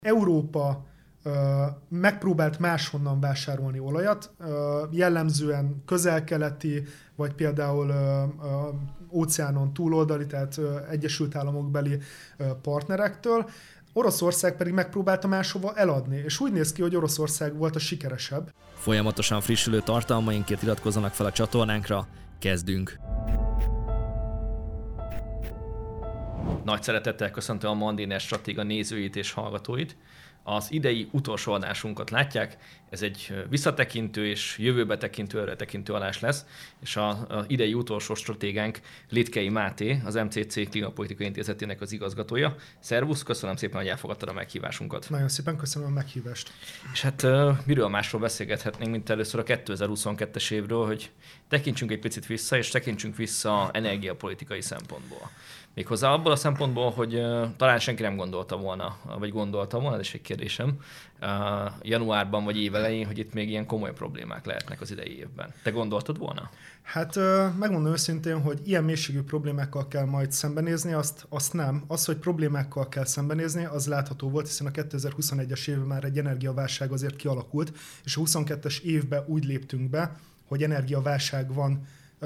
Európa megpróbált máshonnan vásárolni olajat, jellemzően közel-keleti, vagy például óceánon túloldali, tehát Egyesült Államokbeli partnerektől. Oroszország pedig megpróbálta máshova eladni, és úgy néz ki, hogy Oroszország volt a sikeresebb. Folyamatosan frissülő tartalmainkért iratkozzanak fel a csatornánkra, kezdünk! Nagy szeretettel köszöntöm a Mandiner Stratéga nézőit és hallgatóit. Az idei utolsó adásunkat látják, ez egy visszatekintő és jövőbe tekintő, előretekintő adás lesz, és az idei utolsó stratégánk Litkei Máté, az MCC Klímapolitikai Intézetének az igazgatója. Szervusz, köszönöm szépen, hogy elfogadtad a meghívásunkat. Nagyon szépen köszönöm a meghívást. És hát miről másról beszélgethetnénk, mint először a 2022-es évről, hogy tekintsünk egy picit vissza, és tekintsünk vissza energiapolitikai szempontból. Méghozzá abból a szempontból, hogy talán senki nem gondolta volna, ez is egy kérdésem, januárban vagy évelején, hogy itt még ilyen komoly problémák lehetnek az idei évben. Te gondoltad volna? Hát megmondom őszintén, hogy ilyen mélységű problémákkal kell majd szembenézni, azt nem. Az, hogy problémákkal kell szembenézni, az látható volt, hiszen a 2021-es évben már egy energiaválság azért kialakult, és a 22-es évben úgy léptünk be, hogy energiaválság van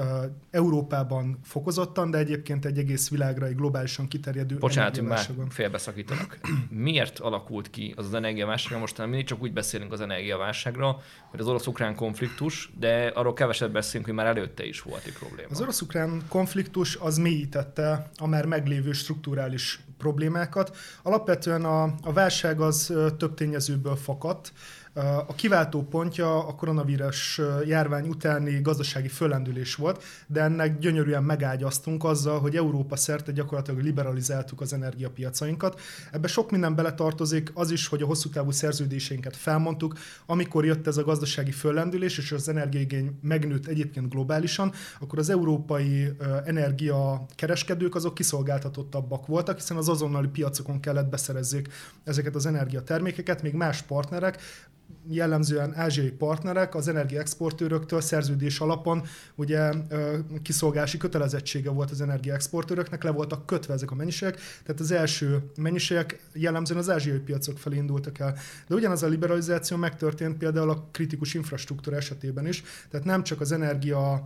Európában fokozottan, de egyébként egy egész világra, egy globálisan kiterjedő energiaválság van. Félbeszakítanak. Miért alakult ki az energiaválság? Most mindig csak úgy beszélünk az energiaválságról, hogy az orosz-ukrán konfliktus, de arról keveset beszélünk, hogy már előtte is volt egy probléma. Az orosz-ukrán konfliktus az mélyítette a már meglévő strukturális problémákat. Alapvetően a válság az több tényezőből fakadt. A kiváltó pontja a koronavírus járvány utáni gazdasági föllendülés volt, de ennek gyönyörűen megágyaztunk azzal, hogy Európa szerte gyakorlatilag liberalizáltuk az energiapiacainkat. Ebbe sok minden beletartozik, az is, hogy a hosszú távú szerződéseinket felmondtuk, amikor jött ez a gazdasági föllendülés, és az energiaigény megnőtt egyébként globálisan, akkor az európai energiakereskedők azok kiszolgáltatottabbak voltak, hiszen az azonnali piacokon kellett beszerezzék ezeket az energiatermékeket, még más partnerek, jellemzően ázsiai partnerek az energiaexportőröktől szerződés alapon ugye kiszolgálási kötelezettsége volt az energiaexportőröknek, le voltak kötve ezek a mennyiségek, tehát az első mennyiségek jellemzően az ázsiai piacok felé indultak el. De ugyanaz a liberalizáció megtörtént például a kritikus infrastruktúra esetében is, tehát nem csak az energia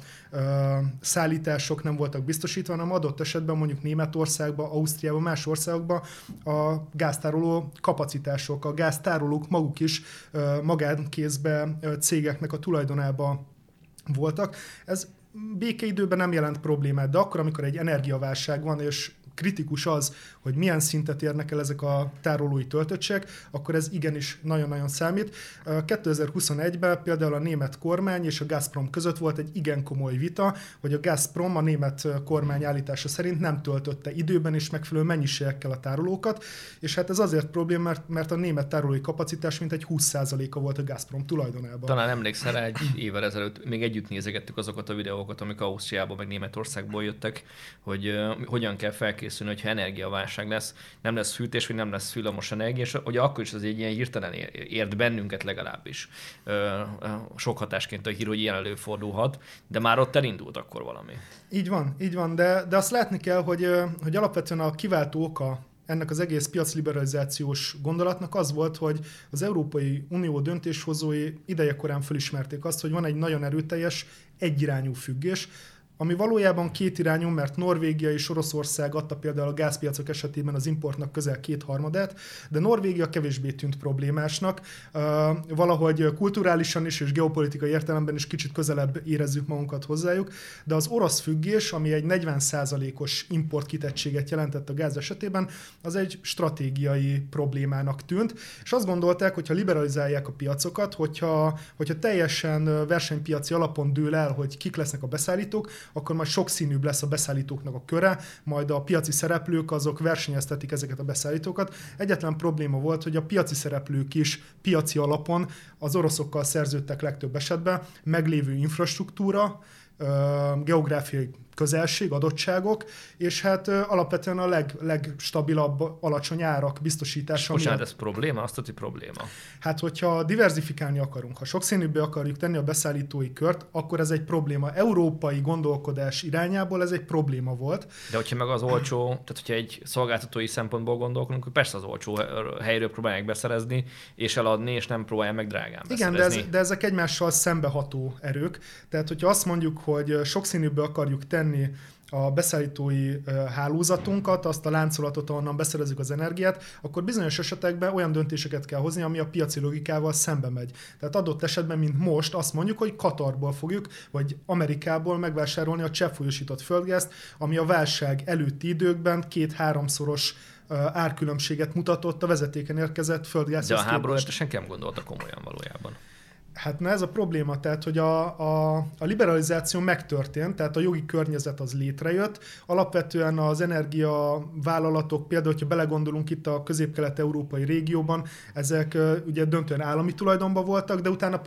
szállítások nem voltak biztosítva, hanem adott esetben mondjuk Németországba, Ausztriába, más országokba a gáztároló kapacitások, a gáztárolók maguk is magánkézbe cégeknek a tulajdonában voltak. Ez békeidőben nem jelent problémát, de akkor, amikor egy energiaválság van, és kritikus az, hogy milyen szintet érnek el ezek a tárolói töltöttségek, akkor ez igenis nagyon-nagyon számít. 2021-ben például a német kormány és a Gazprom között volt egy igen komoly vita, hogy a Gazprom a német kormány állítása szerint nem töltötte időben és megfelelő mennyiségekkel a tárolókat, és hát ez azért probléma, mert a német tárolói kapacitás mintegy 20%-a volt a Gazprom tulajdonában. Talán emlékszel rá, egy évvel ezelőtt még együtt nézegettük azokat a videókat, amik Ausztriából meg Németországból jöttek, hogy hogyan kell felkészülni, hogyha energiaválság lesz, nem lesz fűtés, vagy nem lesz villamos energia, és ugye akkor is az egy ilyen hirtelen ért bennünket legalábbis. Sok hatásként a hír, hogy ilyen előfordulhat, de már ott elindult akkor valami. Így van, de azt látni kell, hogy alapvetően a kiváltó oka ennek az egész piacliberalizációs gondolatnak az volt, hogy az Európai Unió döntéshozói idejekorán felismerték azt, hogy van egy nagyon erőteljes, egyirányú függés, ami valójában kétirányú, mert Norvégia és Oroszország adta például a gázpiacok esetében az importnak közel 2/3, de Norvégia kevésbé tűnt problémásnak. Valahogy kulturálisan is és geopolitikai értelemben is kicsit közelebb érezzük magunkat hozzájuk, de az orosz függés, ami egy 40%-os importkitettséget jelentett a gáz esetében, az egy stratégiai problémának tűnt, és azt gondolták, hogy ha liberalizálják a piacokat, hogyha teljesen versenypiaci alapon dől el, hogy kik lesznek a beszállítók, akkor majd sokszínűbb lesz a beszállítóknak a köre, majd a piaci szereplők azok versenyeztetik ezeket a beszállítókat. Egyetlen probléma volt, hogy a piaci szereplők is piaci alapon az oroszokkal szerződtek legtöbb esetben, meglévő infrastruktúra geográfiai közelség, adottságok, és hát alapvetően a legstabilabb alacsony árak biztosítása. Bocsánat, ez probléma? Azt tudni probléma. Hát, hogyha diverzifikálni akarunk, ha sokszínűbbé akarjuk tenni a beszállítói kört, akkor ez egy probléma. Európai gondolkodás irányából ez egy probléma volt. De hogyha meg az olcsó, tehát hogyha egy szolgáltatói szempontból gondolkodunk, akkor persze az olcsó helyről próbálják beszerezni, és eladni, és nem próbálják meg drágán beszerezni. Igen, de ezek egymással szembeható erők. Tehát, hogyha azt mondjuk, hogy sokszínűbbé akarjuk tenni a beszállítói hálózatunkat, azt a láncolatot, ahonnan beszerezzük az energiát, akkor bizonyos esetekben olyan döntéseket kell hozni, ami a piaci logikával szembe megy. Tehát adott esetben, mint most, azt mondjuk, hogy Katarból fogjuk, vagy Amerikából megvásárolni a cseppfolyósított földgázt, ami a válság előtti időkben 2-3-szoros árkülönbséget mutatott a vezetéken érkezett földgázhoz. De a háború előtt senki nem gondolta komolyan valójában. Hát na ez a probléma, tehát hogy a liberalizáció megtörtént, tehát a jogi környezet az létrejött. Alapvetően az energiavállalatok, például, hogyha belegondolunk itt a közép-kelet-európai régióban, ezek ugye döntően állami tulajdonban voltak, de utána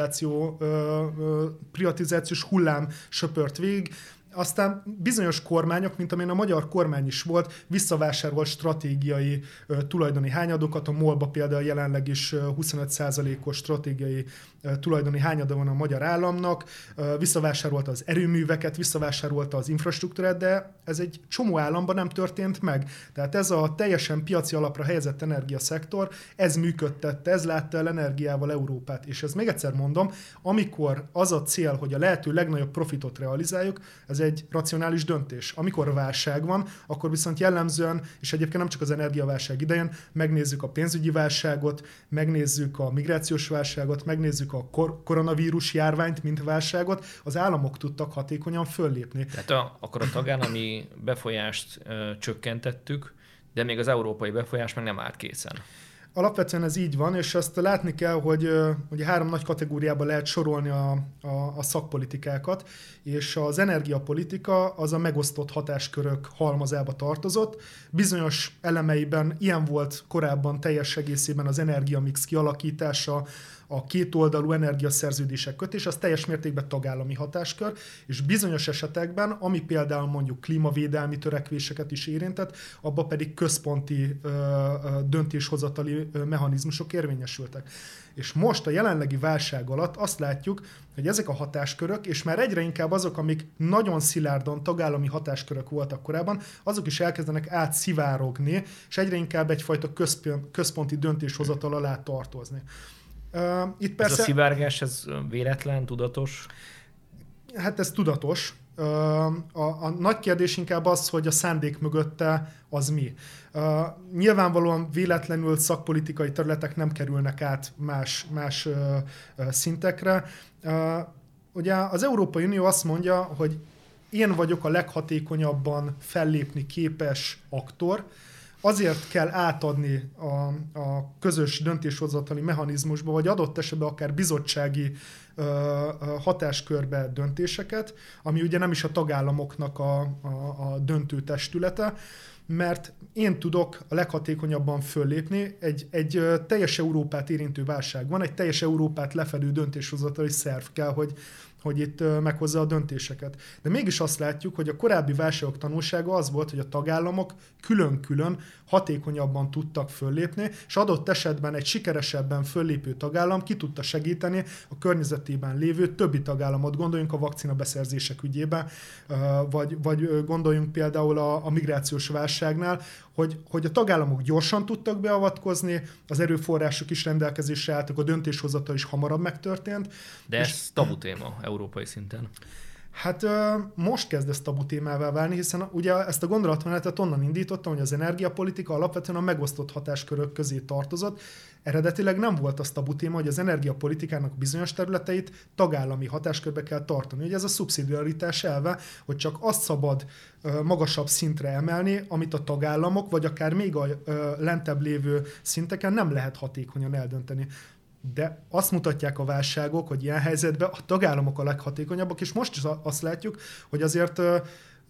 privatizációs hullám söpört végig. Aztán bizonyos kormányok, mint amilyen a magyar kormány is volt, visszavásárolt stratégiai tulajdoni hányadokat. A MOL-ba például jelenleg is 25%-os stratégiai tulajdoni hányada van a magyar államnak, visszavásárolta az erőműveket, visszavásárolta az infrastruktúrát, de ez egy csomó államban nem történt meg. Tehát ez a teljesen piaci alapra helyezett energiaszektor, ez működtette, ez látta el energiával Európát. És ezt még egyszer mondom, amikor az a cél, hogy a lehető legnagyobb profitot realizáljuk, ez egy racionális döntés. Amikor válság van, akkor viszont jellemzően, és egyébként nem csak az energiaválság idején, megnézzük a pénzügyi válságot, megnézzük a migrációs válságot, megnézzük a koronavírus járványt, mint válságot, az államok tudtak hatékonyan föllépni. Tehát akkor a tagállami befolyást csökkentettük, de még az európai befolyás meg nem állt készen. Alapvetően ez így van, és azt látni kell, hogy ugye 3 nagy kategóriába lehet sorolni a szakpolitikákat, és az energiapolitika az a megosztott hatáskörök halmazába tartozott. Bizonyos elemeiben ilyen volt korábban teljes egészében az energiamix kialakítása, a kétoldalú energiaszerződések kötés, az teljes mértékben tagállami hatáskör, és bizonyos esetekben, ami például mondjuk klímavédelmi törekvéseket is érintett, abban pedig központi döntéshozatali mechanizmusok érvényesültek. És most a jelenlegi válság alatt azt látjuk, hogy ezek a hatáskörök, és már egyre inkább azok, amik nagyon szilárdan tagállami hatáskörök voltak korábban, azok is elkezdenek átszivárogni, és egyre inkább egyfajta központi döntéshozatal alá tartozni. Itt persze, ez a szivárgás, ez véletlen, tudatos? Hát ez tudatos. A nagy kérdés inkább az, hogy a szándék mögötte az mi. Nyilvánvalóan véletlenül szakpolitikai területek nem kerülnek át más szintekre. Ugye az Európai Unió azt mondja, hogy én vagyok a leghatékonyabban fellépni képes aktor, azért kell átadni a közös döntéshozatali mechanizmusba, vagy adott esetben akár bizottsági hatáskörbe döntéseket, ami ugye nem is a tagállamoknak a döntő testülete, mert én tudok a leghatékonyabban föllépni, egy teljes Európát érintő válság van, egy teljes Európát lefedő döntéshozatali szerv kell, hogy itt meghozza a döntéseket. De mégis azt látjuk, hogy a korábbi válságok tanulsága az volt, hogy a tagállamok külön-külön hatékonyabban tudtak föllépni, és adott esetben egy sikeresebben föllépő tagállam ki tudta segíteni a környezetében lévő többi tagállamot. Gondoljunk a vakcina beszerzések ügyében, vagy gondoljunk például a migrációs válságnál, hogy a tagállamok gyorsan tudtak beavatkozni, az erőforrások is rendelkezésre álltak, a döntéshozatal is hamarabb megtörtént. De ez tabu téma európai szinten. Hát most kezd ez tabu témává válni, hiszen ugye ezt a gondolatmenetet onnan indítottam, hogy az energiapolitika alapvetően a megosztott hatáskörök közé tartozott. Eredetileg nem volt az tabu téma, hogy az energiapolitikának bizonyos területeit tagállami hatáskörbe kell tartani. Ugye ez a szubszidiaritás elve, hogy csak azt szabad magasabb szintre emelni, amit a tagállamok, vagy akár még a lentebb lévő szinteken nem lehet hatékonyan eldönteni. De azt mutatják a válságok, hogy ilyen helyzetben a tagállamok a leghatékonyabbak, és most is azt látjuk, hogy azért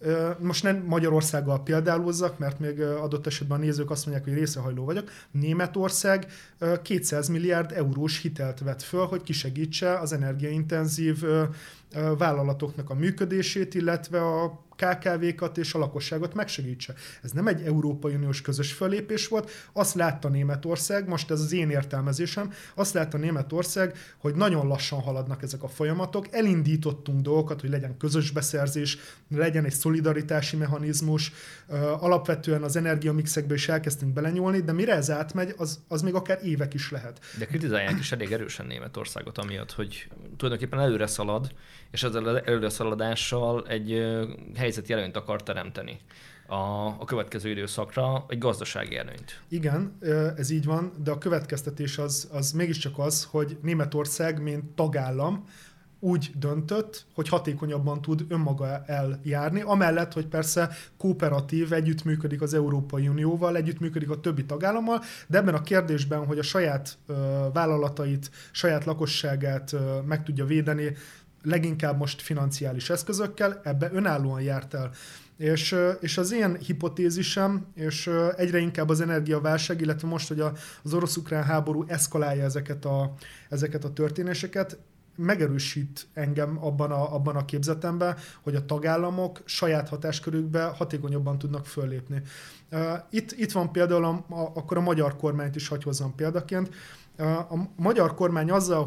most nem Magyarországgal példálózzak, mert még adott esetben a nézők azt mondják, hogy részrehajló vagyok. Németország 200 milliárd eurós hitelt vett föl, hogy kisegítse az energiaintenzív vállalatoknak a működését, illetve a KKV-kat és a lakosságot megsegítse. Ez nem egy Európai Uniós közös fellépés volt, azt látta Németország, most ez az én értelmezésem, azt látta Németország, hogy nagyon lassan haladnak ezek a folyamatok, elindítottunk dolgokat, hogy legyen közös beszerzés, legyen egy szolidaritási mechanizmus, alapvetően az energiamixekbe is elkezdtünk belenyúlni, de mire ez átmegy, az még akár évek is lehet. De kritizálják is elég erősen Németországot amiatt, hogy tulajdonképpen előre szalad, és ezzel az előreszaladással egy helyzeti előnyt akar teremteni a következő időszakra, egy gazdasági előnyt. Igen, ez így van, de a következtetés az mégiscsak az, hogy Németország, mint tagállam úgy döntött, hogy hatékonyabban tud önmaga eljárni, amellett, hogy persze kooperatív, együttműködik az Európai Unióval, együttműködik a többi tagállammal, de ebben a kérdésben, hogy a saját vállalatait, saját lakosságát meg tudja védeni, leginkább most financiális eszközökkel, ebbe önállóan járt el. És az én hipotézisem, és egyre inkább az energiaválság, illetve most, hogy az orosz-ukrán háború eszkalálja ezeket a történéseket, megerősít engem abban a képzetemben, hogy a tagállamok saját hatáskörükbe hatékonyabban tudnak föllépni. Itt van például akkor a magyar kormányt is hagy hozzam példaként. A magyar kormány azzal,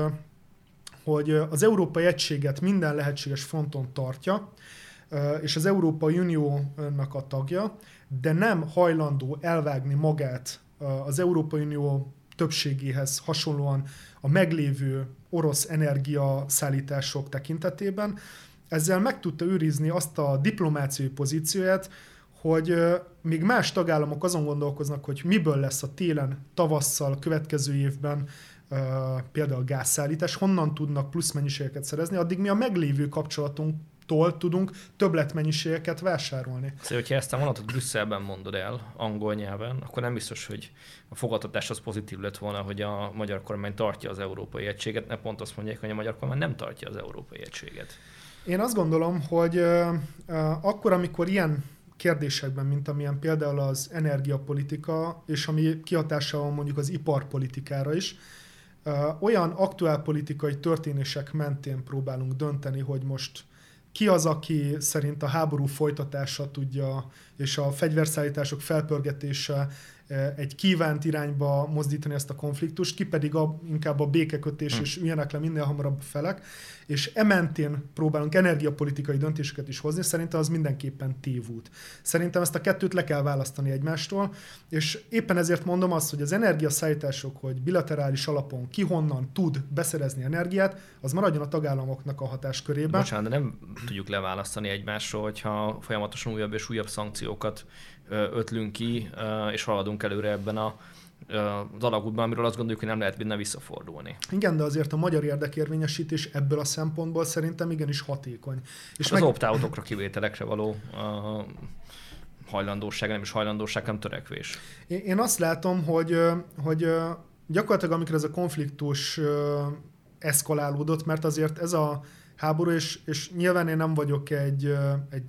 hogy az Európai Egységet minden lehetséges fronton tartja, és az Európai Uniónak a tagja, de nem hajlandó elvágni magát az Európai Unió többségéhez hasonlóan a meglévő orosz energiaszállítások tekintetében. Ezzel meg tudta őrizni azt a diplomáciai pozícióját, hogy még más tagállamok azon gondolkoznak, hogy miből lesz a télen, tavasszal, következő évben például gázszállítás, honnan tudnak plusz mennyiségeket szerezni, addig mi a meglévő kapcsolatunktól tudunk többletmennyiségeket vásárolni. Szóval, hogyha ezt a vonatot Brüsszelben mondod el, angol nyelven, akkor nem biztos, hogy a fogadtatás az pozitív lett volna, hogy a magyar kormány tartja az európai egységet, ne pont azt mondják, hogy a magyar kormány nem tartja az európai egységet. Én azt gondolom, hogy akkor, amikor ilyen kérdésekben, mint amilyen például az energiapolitika, és ami kihatással van mondjuk az iparpolitikára is, olyan aktuálpolitikai történések mentén próbálunk dönteni, hogy most ki az, aki szerint a háború folytatása tudja, és a fegyverszállítások felpörgetése egy kívánt irányba mozdítani ezt a konfliktust, ki pedig inkább a békekötés, és üljenek le minél hamarabb felek, és ementén próbálunk energiapolitikai döntéseket is hozni, szerintem az mindenképpen tévút. Szerintem ezt a kettőt le kell választani egymástól, és éppen ezért mondom azt, hogy az energiaszállítások, hogy bilaterális alapon ki honnan tud beszerezni energiát, az maradjon a tagállamoknak a hatáskörében. Bocsánat, de nem tudjuk leválasztani egymásról, hogyha folyamatosan újabb és újabb szankciókat ötlünk ki, és haladunk előre ebben az alagútban, amiről azt gondoljuk, hogy nem lehet benne visszafordulni. Igen, de azért a magyar érdekérvényesítés ebből a szempontból szerintem igenis hatékony. És az opt-outokra, kivételekre való hajlandóság, nem is hajlandóság, nem törekvés. Én azt látom, hogy gyakorlatilag amikor ez a konfliktus eszkalálódott, mert azért ez a háború, és nyilván én nem vagyok egy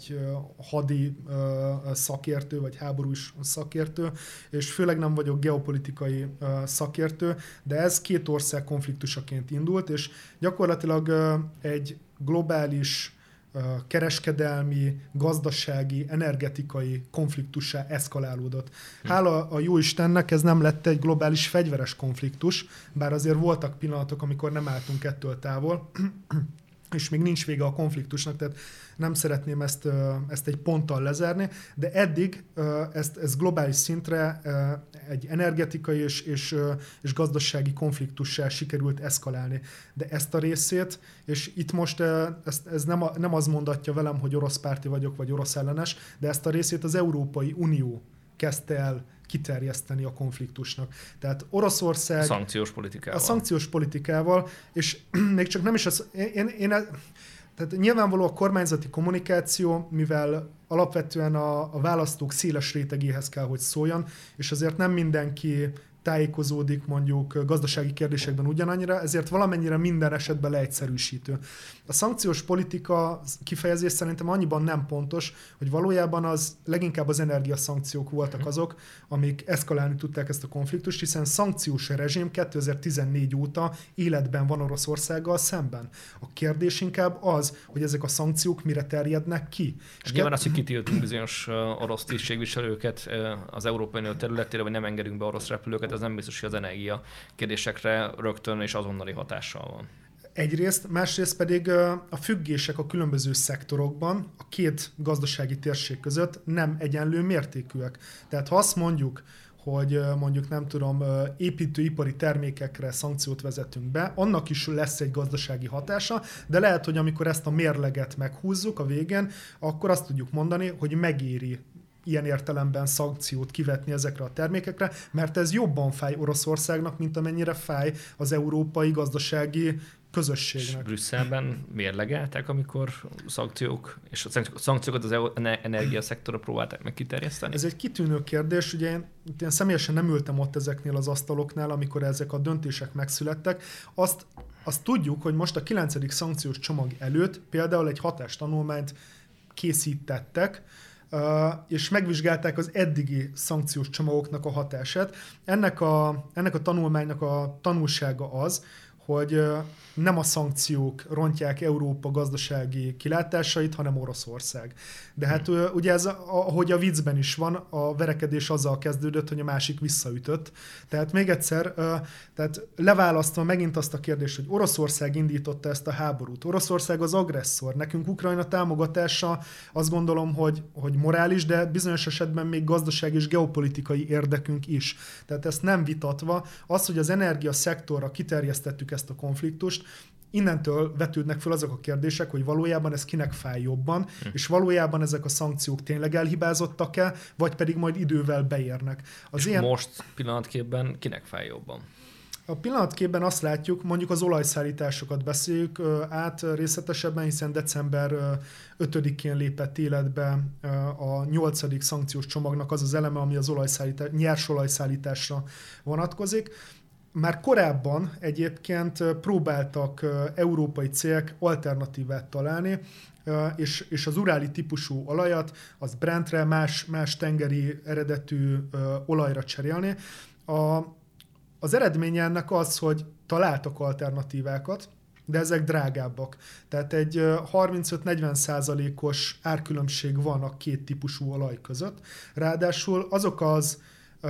hadi szakértő, vagy háborús szakértő, és főleg nem vagyok geopolitikai szakértő, de ez két ország konfliktusaként indult, és gyakorlatilag egy globális kereskedelmi, gazdasági, energetikai konfliktussá eszkalálódott. Hála a jó Istennek ez nem lett egy globális fegyveres konfliktus, bár azért voltak pillanatok, amikor nem álltunk ettől távol, és még nincs vége a konfliktusnak, tehát nem szeretném ezt egy ponttal lezárni, de eddig ezt globális szintre egy energetikai és gazdasági konfliktussá sikerült eszkalálni. De ezt a részét, és itt most ez nem az mondatja velem, hogy orosz párti vagyok, vagy orosz ellenes, de ezt a részét az Európai Unió kezdte el kiterjeszteni a konfliktusnak. Tehát Oroszország... A szankciós politikával. A szankciós politikával, és még csak nem is az... Tehát nyilvánvaló a kormányzati kommunikáció, mivel alapvetően a választók széles rétegéhez kell, hogy szóljon, és azért nem mindenki tájékozódik mondjuk gazdasági kérdésekben ugyanannyira, ezért valamennyire minden esetben leegyszerűsítő. A szankciós politika kifejezés szerintem annyiban nem pontos, hogy valójában az leginkább az energiaszankciók voltak azok, amik eszkalálni tudták ezt a konfliktust, hiszen szankciós rezsim 2014 óta életben van Oroszországgal szemben. A kérdés inkább az, hogy ezek a szankciók mire terjednek ki. És nyilván az, hogy kitiltunk bizonyos orosz tisztségviselőket az Európai Unió területére, vagy nem engedünk be orosz repülőket, ez nem biztos, hogy az energia kérdésekre rögtön és azonnali hatással van. Egyrészt, másrészt pedig a függések a különböző szektorokban, a két gazdasági térség között nem egyenlő mértékűek. Tehát ha azt mondjuk, hogy mondjuk nem tudom, építőipari termékekre szankciót vezetünk be, annak is lesz egy gazdasági hatása, de lehet, hogy amikor ezt a mérleget meghúzzuk a végén, akkor azt tudjuk mondani, hogy megéri ilyen értelemben szankciót kivetni ezekre a termékekre, mert ez jobban fáj Oroszországnak, mint amennyire fáj az európai gazdasági közösségnek. És Brüsszelben mérlegeltek, amikor szankciók, és a szankciókat az energiaszektorra próbálták meg kiterjeszteni? Ez egy kitűnő kérdés, ugye én személyesen nem ültem ott ezeknél az asztaloknál, amikor ezek a döntések megszülettek. Azt tudjuk, hogy most a 9. szankciós csomag előtt például egy hatástanulmányt készítettek, és megvizsgálták az eddigi szankciós csomagoknak a hatását. Ennek a tanulmánynak a tanulsága az, hogy nem a szankciók rontják Európa gazdasági kilátásait, hanem Oroszország. De hát ugye ez, ahogy a viccben is van, a verekedés azzal kezdődött, hogy a másik visszaütött. Tehát még egyszer, tehát leválasztva megint azt a kérdést, hogy Oroszország indította ezt a háborút. Oroszország az agresszor. Nekünk Ukrajna támogatása azt gondolom, hogy morális, de bizonyos esetben még gazdasági és geopolitikai érdekünk is. Tehát ezt nem vitatva, az, hogy az energiaszektorra kiterjesztettük ezt a konfliktust, innentől vetődnek fel azok a kérdések, hogy valójában ez kinek fáj jobban, és valójában ezek a szankciók tényleg elhibázottak-e, vagy pedig majd idővel beérnek. Most pillanatképben kinek fáj jobban? A pillanatképben azt látjuk, mondjuk az olajszállításokat beszéljük át részletesebben, hiszen december 5-én lépett életbe a 8. szankciós csomagnak az az eleme, ami az nyersolajszállításra vonatkozik. Már korábban egyébként próbáltak európai cégek alternatívát találni, és az uráli típusú olajat, az Brentre, más tengeri eredetű olajra cserélni. Az eredménye ennek az, hogy találtak alternatívákat, de ezek drágábbak. Tehát egy 35-40%-os árkülönbség van a két típusú olaj között. Ráadásul azok az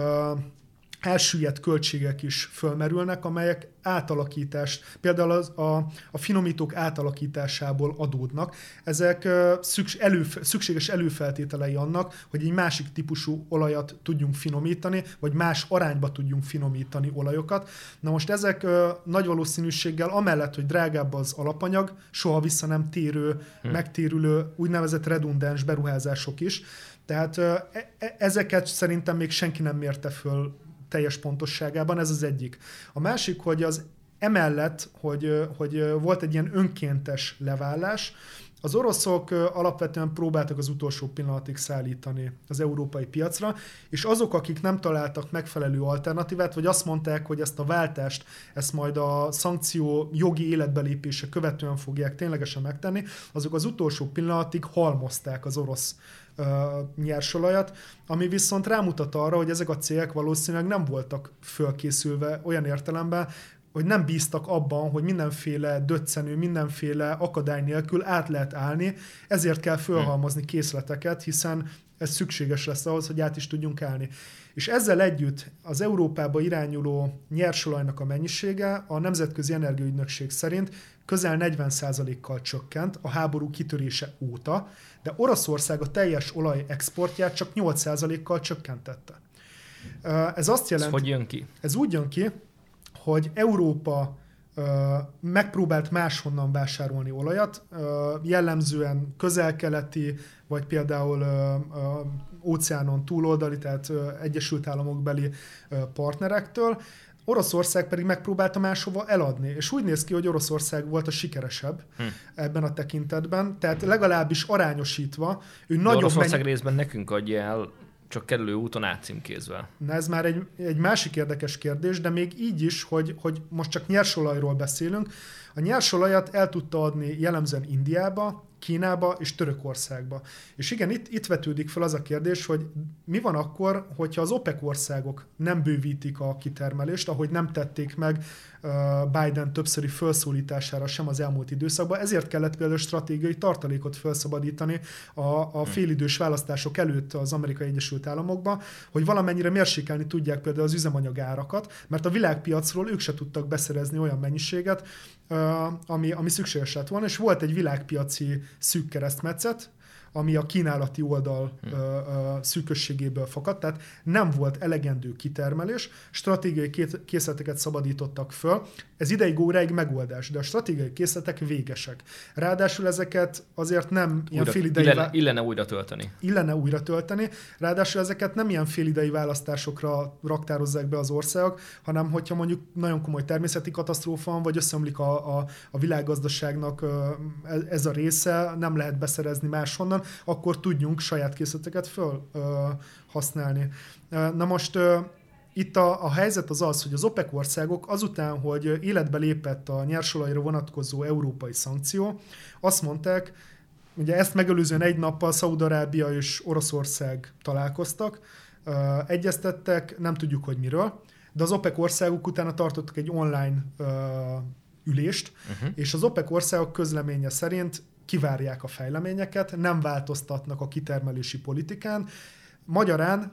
elsüllyedt költségek is fölmerülnek, amelyek például a finomítók átalakításából adódnak. Ezek szükséges előfeltételei annak, hogy egy másik típusú olajat tudjunk finomítani, vagy más arányba tudjunk finomítani olajokat. Na most ezek nagy valószínűséggel amellett, hogy drágább az alapanyag, soha vissza nem térő, megtérülő, úgynevezett redundáns beruházások is. Tehát ezeket szerintem még senki nem mérte föl teljes pontosságában, ez az egyik. A másik, hogy az emellett, hogy volt egy ilyen önkéntes levállás, az oroszok alapvetően próbáltak az utolsó pillanatig szállítani az európai piacra, és azok, akik nem találtak megfelelő alternatívát, vagy azt mondták, hogy ezt a váltást, ezt majd a szankció jogi életbelépése követően fogják ténylegesen megtenni, azok az utolsó pillanatig halmozták az orosz nyersolajat, ami viszont rámutat arra, hogy ezek a cégek valószínűleg nem voltak fölkészülve olyan értelemben, hogy nem bíztak abban, hogy mindenféle döccenő, mindenféle akadály nélkül át lehet állni, ezért kell fölhalmozni készleteket, hiszen ez szükséges lesz ahhoz, hogy át is tudjunk állni. És ezzel együtt az Európába irányuló nyersolajnak a mennyisége a Nemzetközi Energiaügynökség szerint közel 40%-kal csökkent a háború kitörése óta, de Oroszország a teljes olaj exportját csak 8%-kal csökkentette. Ez azt jelenti... Ez hogy jön ki? Ez úgy jön ki, hogy Európa megpróbált máshonnan vásárolni olajat, jellemzően közel-keleti, vagy például óceánon túloldali, tehát Egyesült Államokbeli partnerektől, Oroszország pedig megpróbálta máshova eladni, és úgy néz ki, hogy Oroszország volt a sikeresebb ebben a tekintetben, tehát legalábbis arányosítva, ő nagyobb... Oroszország részben nekünk adja el csak kerülő úton átcímkézve. Na ez már egy másik érdekes kérdés, de még így is, hogy most csak nyersolajról beszélünk. A nyersolajat el tudta adni jellemzően Indiába, Kínába és Törökországba. És igen, itt vetődik fel az a kérdés, hogy mi van akkor, hogyha az OPEC országok nem bővítik a kitermelést, ahogy nem tették meg Biden többszöri felszólítására sem az elmúlt időszakban. Ezért kellett például stratégiai tartalékot felszabadítani a félidős választások előtt az Amerikai Egyesült Államokban, hogy valamennyire mérsékelni tudják például az üzemanyag árakat, mert a világpiacról ők se tudtak beszerezni olyan mennyiséget, ami szükséges lett volna, és volt egy világpiaci szűk keresztmetszet, ami a kínálati oldal szűkösségéből fakadt, tehát nem volt elegendő kitermelés, stratégiai készleteket szabadítottak föl. Ez ideig óráig megoldás, de a stratégiai készletek végesek. Ráadásul ezeket azért nem ilyen félidei... Illene újra tölteni. Ráadásul ezeket nem ilyen félidei választásokra raktározzák be az országok, hanem hogyha mondjuk nagyon komoly természeti katasztrófa van, vagy összeomlik a világgazdaságnak ez a része, nem lehet beszerezni máshonnan, akkor tudjunk saját készleteket használni. Na most itt a helyzet az, hogy az OPEC országok azután, hogy életbe lépett a nyersolajra vonatkozó európai szankció, azt mondták, ugye ezt megelőzően egy nappal Szaúd-Arábia és Oroszország találkoztak, egyeztettek, nem tudjuk, hogy miről, de az OPEC országok utána tartottak egy online ülést, és az OPEC országok közleménye szerint kivárják a fejleményeket, nem változtatnak a kitermelési politikán, magyarán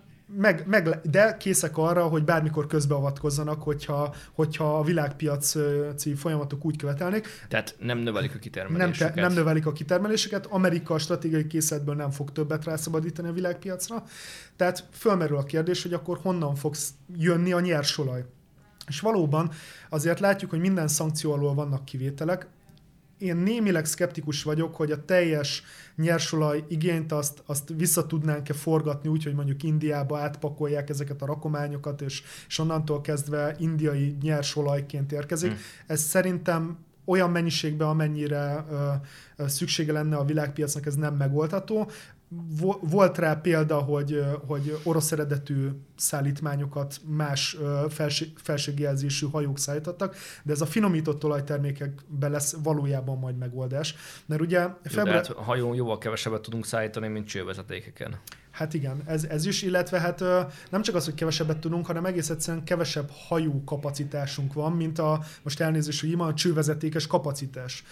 de készek arra, hogy bármikor közbeavatkozzanak, hogyha a világpiaci folyamatok úgy követelnék. Tehát nem növelik a kitermeléseket. Nem növelik a kitermeléseket. Amerika a stratégiai készletből nem fog többet rászabadítani a világpiacra. Tehát fölmerül a kérdés, hogy akkor honnan fog jönni a nyersolaj. És valóban azért látjuk, hogy minden szankció alól vannak kivételek. Én némileg szkeptikus vagyok, hogy a teljes nyersolaj igényt azt vissza tudnánk-e forgatni úgy, hogy mondjuk Indiába átpakolják ezeket a rakományokat, és onnantól kezdve indiai nyersolajként érkezik. Ez szerintem olyan mennyiségben, amennyire szüksége lenne a világpiacnak, ez nem megoldható. Volt rá példa, hogy orosz eredetű szállítmányokat más felségjelzésű hajók szállítottak, de ez a finomított olajtermékekben lesz valójában majd megoldás. Mert ugye hát a hajón jóval kevesebbet tudunk szállítani, mint csővezetékeken. Hát igen, ez is, illetve hát nem csak az, hogy kevesebbet tudunk, hanem egész egyszerűen kevesebb hajó kapacitásunk van, mint most elnézést, hogy a csővezetékes kapacitás.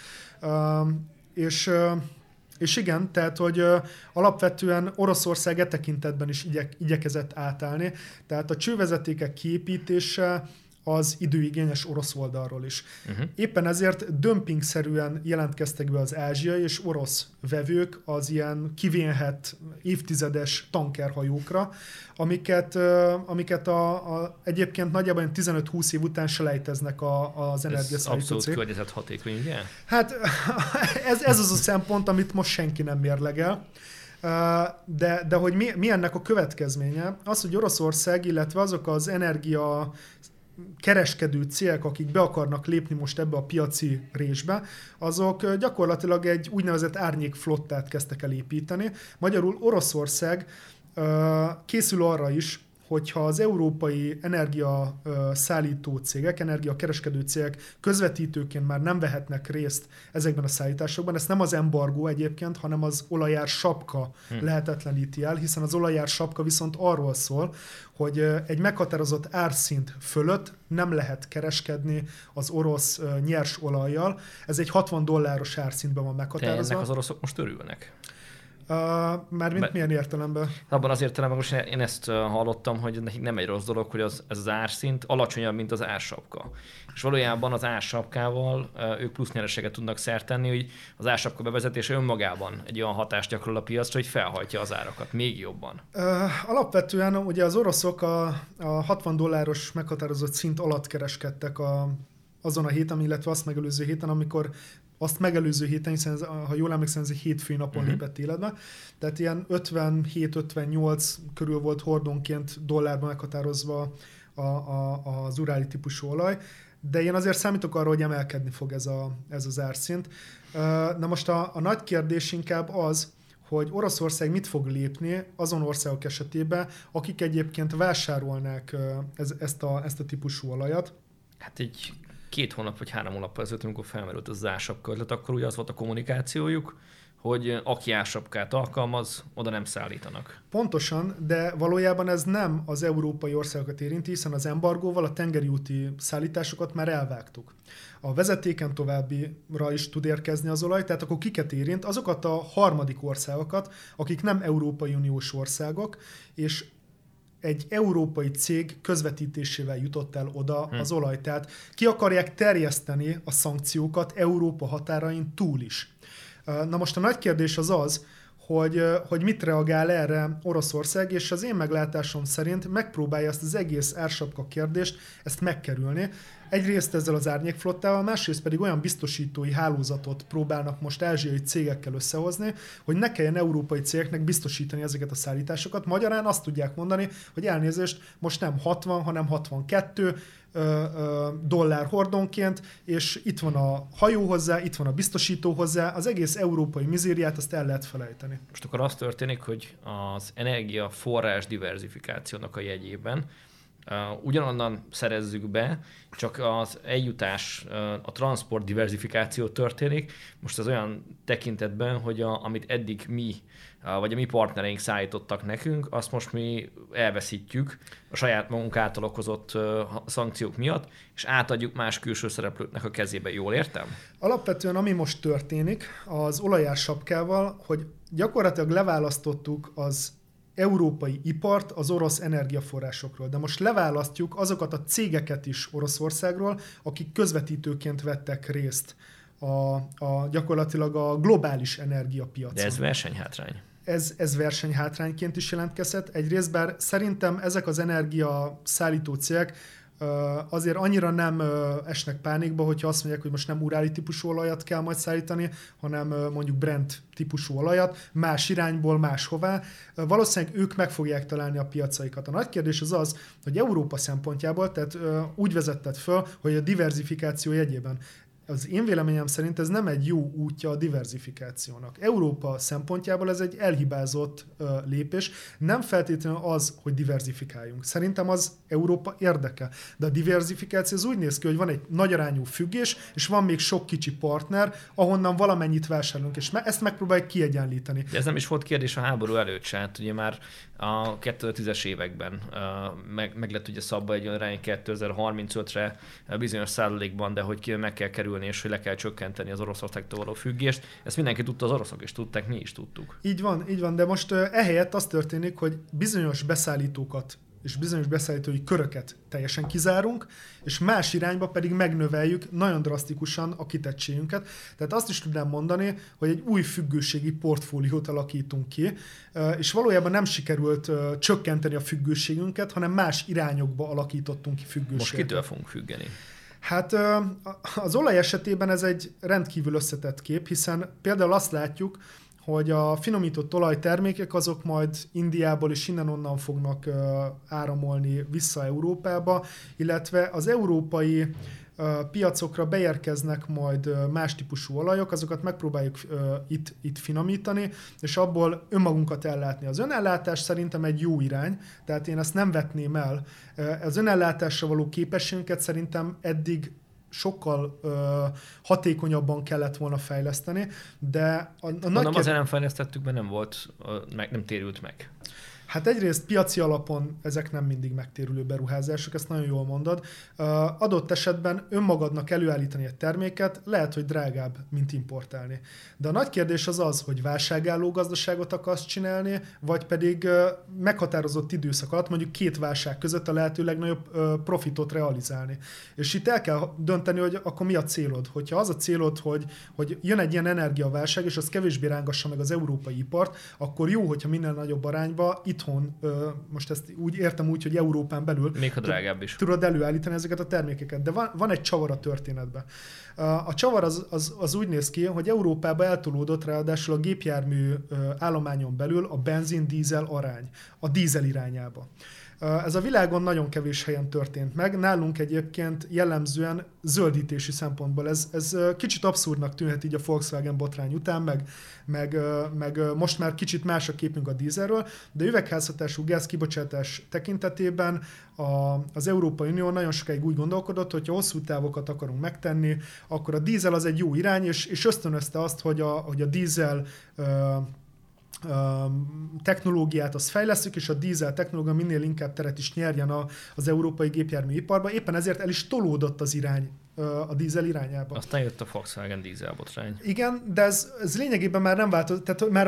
És igen, tehát, hogy alapvetően Oroszország e tekintetben is igyekezett átállni, tehát a csővezetékek kiépítése az időigényes orosz oldalról is. Éppen ezért dömpingszerűen jelentkeztek be az ázsiai és orosz vevők az ilyen kivénhet évtizedes tankerhajókra, amiket egyébként nagyjából 15-20 év után selejteznek az energiaszállító cég. Abszolút környezethatékony, ugye? Hát ez az a szempont, amit most senki nem mérlegel. De hogy mi ennek a következménye? Az, hogy Oroszország, illetve azok az energia kereskedő cégek, akik be akarnak lépni most ebbe a piaci résbe, azok gyakorlatilag egy úgynevezett árnyékflottát kezdtek el építeni. Magyarul Oroszország készül arra is, hogyha az európai energiaszállító cégek, energiakereskedő cégek közvetítőként már nem vehetnek részt ezekben a szállításokban, ezt nem az embargó egyébként, hanem az olajár sapka lehetetleníti el, hiszen az olajár sapka viszont arról szól, hogy egy meghatározott árszint fölött nem lehet kereskedni az orosz nyers olajjal. Ez egy $60 árszintben van meghatározva. De ennek az oroszok most örülnek. Mármint milyen értelemben? Abban az értelemben most én ezt hallottam, hogy nekik nem egy rossz dolog, hogy ez az árszint alacsonyabb, mint az ársapka. És valójában az ársapkával ők plusz nyereséget tudnak szert tenni, hogy az ársapka bevezetése önmagában egy olyan hatást gyakorol a piacra, hogy felhajtja az árakat még jobban. Alapvetően ugye az oroszok a $60 meghatározott szint alatt kereskedtek azon a héten, illetve azt megelőző héten, amikor hiszen ha jól emlékszem, ez egy hétfői napon lépett életbe. Tehát ilyen 57-58 körül volt hordonként dollárban meghatározva az uráli típusú olaj, de én azért számítok arra, hogy emelkedni fog ez az árszint. Na most a nagy kérdés inkább az, hogy Oroszország mit fog lépni azon országok esetében, akik egyébként vásárolnák ezt a típusú olajat. Hát egy 2 hónap vagy 3 hónap ezelőtt, amikor felmerült az ásapka, akkor ugye az volt a kommunikációjuk, hogy aki ásapkát alkalmaz, oda nem szállítanak. Pontosan, de valójában ez nem az európai országokat érinti, hiszen az embargóval a tengeri úti szállításokat már elvágtuk. A vezetéken továbbira is tud érkezni az olaj, tehát akkor kiket érint? Azokat a harmadik országokat, akik nem Európai Uniós országok, és egy európai cég közvetítésével jutott el oda az olaj. Tehát ki akarják terjeszteni a szankciókat Európa határain túl is. Na most a nagy kérdés az, hogy mit reagál erre Oroszország, és az én meglátásom szerint megpróbálja ezt az egész ársapka kérdést ezt megkerülni. Egyrészt ezzel az árnyékflottával, másrészt pedig olyan biztosítói hálózatot próbálnak most ázsiai cégekkel összehozni, hogy ne kelljen európai cégeknek biztosítani ezeket a szállításokat. Magyarán azt tudják mondani, hogy elnézést, most nem 60, hanem 62 dollár hordonként, és itt van a hajó hozzá, itt van a biztosító hozzá, az egész európai mizériát azt el lehet felejteni. Most akkor az történik, hogy az energiaforrás diverzifikációnak a jegyében ugyanonnan szerezzük be, csak az eljutás, a transport diverzifikáció történik. Most az olyan tekintetben, hogy amit eddig mi, vagy a mi partnereink szállítottak nekünk, azt most mi elveszítjük a saját magunk által okozott szankciók miatt, és átadjuk más külső szereplőknek a kezébe. Jól értem? Alapvetően ami most történik az olajársapkával, hogy gyakorlatilag leválasztottuk az európai ipart az orosz energiaforrásokról. De most leválasztjuk azokat a cégeket is Oroszországról, akik közvetítőként vettek részt gyakorlatilag a globális energiapiacon. De ez versenyhátrány. Ez versenyhátrányként is jelentkezhet. Egyrészt, bár szerintem ezek az energiaszállító cégek azért annyira nem esnek pánikba, hogyha azt mondják, hogy most nem uráli típusú olajat kell majd szállítani, hanem mondjuk Brent típusú olajat, más irányból, máshová. Valószínűleg ők meg fogják találni a piacaikat. A nagy kérdés az, hogy Európa szempontjából, tehát úgy vezetted föl, hogy a diverzifikáció jegyében. Az én véleményem szerint ez nem egy jó útja a diverzifikációnak. Európa szempontjából ez egy elhibázott lépés. Nem feltétlenül az, hogy diverzifikáljunk. Szerintem az Európa érdeke. De a diverzifikáció az úgy néz ki, hogy van egy nagy arányú függés, és van még sok kicsi partner, ahonnan valamennyit vásárolunk, és ezt megpróbáljuk kiegyenlíteni. De ez nem is volt kérdés a háború előtt se. Hát ugye már a 2010-es években meg lett ugye szabva egy olyan irány 2035-re bizonyos százalékban, de hogy meg kell kerülni, és hogy le kell csökkenteni az Oroszországtól való függést. Ezt mindenki tudta, az oroszok is tudták, mi is tudtuk. Így van, de most ehelyett az történik, hogy bizonyos beszállítókat és bizonyos beszállítói köröket teljesen kizárunk, és más irányba pedig megnöveljük nagyon drasztikusan a kitettségünket. Tehát azt is tudnám mondani, hogy egy új függőségi portfóliót alakítunk ki, és valójában nem sikerült csökkenteni a függőségünket, hanem más irányokba alakítottunk ki függőséget. Most kitől fogunk függeni? Hát az olaj esetében ez egy rendkívül összetett kép, hiszen például azt látjuk, hogy a finomított olajtermékek azok majd Indiából és innen-onnan fognak áramolni vissza Európába, illetve az európai piacokra beérkeznek majd más típusú olajok, azokat megpróbáljuk itt finomítani, és abból önmagunkat ellátni. Az önellátás szerintem egy jó irány, tehát én ezt nem vetném el. Az önellátásra való képességünket szerintem eddig sokkal hatékonyabban kellett volna fejleszteni, de azért nem fejlesztettük, mert nem volt, nem térült meg. Hát egyrészt piaci alapon ezek nem mindig megtérülő beruházások, ezt nagyon jól mondod. Adott esetben önmagadnak előállítani egy terméket lehet, hogy drágább, mint importálni. De a nagy kérdés az, hogy válságálló gazdaságot akarsz csinálni, vagy pedig meghatározott időszak alatt, mondjuk 2 válság között a lehető legnagyobb profitot realizálni. És itt el kell dönteni, hogy akkor mi a célod. Hogyha az a célod, hogy jön egy ilyen energiaválság, és az kevésbé rángassa meg az európai ipart, akkor jó, hogyha minél nagyobb arányba itthon, most ezt úgy értem úgy, hogy Európán belül még ha drágább is tudod előállítani ezeket a termékeket. De van egy csavar a történetben. A csavar az úgy néz ki, hogy Európába eltolódott ráadásul a gépjármű állományon belül a benzin-dízel arány, a dízel irányába. Ez a világon nagyon kevés helyen történt meg. Nálunk egyébként jellemzően zöldítési szempontból. Ez kicsit abszurdnak tűnhet így a Volkswagen botrány után, meg most már kicsit más a képünk a dízelről, de üvegházhatású gáz kibocsátás tekintetében az Európai Unió nagyon sokáig úgy gondolkodott, hogy ha hosszú távokat akarunk megtenni, akkor a dízel az egy jó irány, és ösztönözte azt, hogy a dízel technológiát azt fejlesztjük, és a dízel technológia minél inkább teret is nyerjen az európai gépjárműiparba. Éppen ezért el is tolódott az irány a dízel irányába. Aztán jött a Volkswagen dízelbotrány. Igen, de ez lényegében már nem változott, tehát már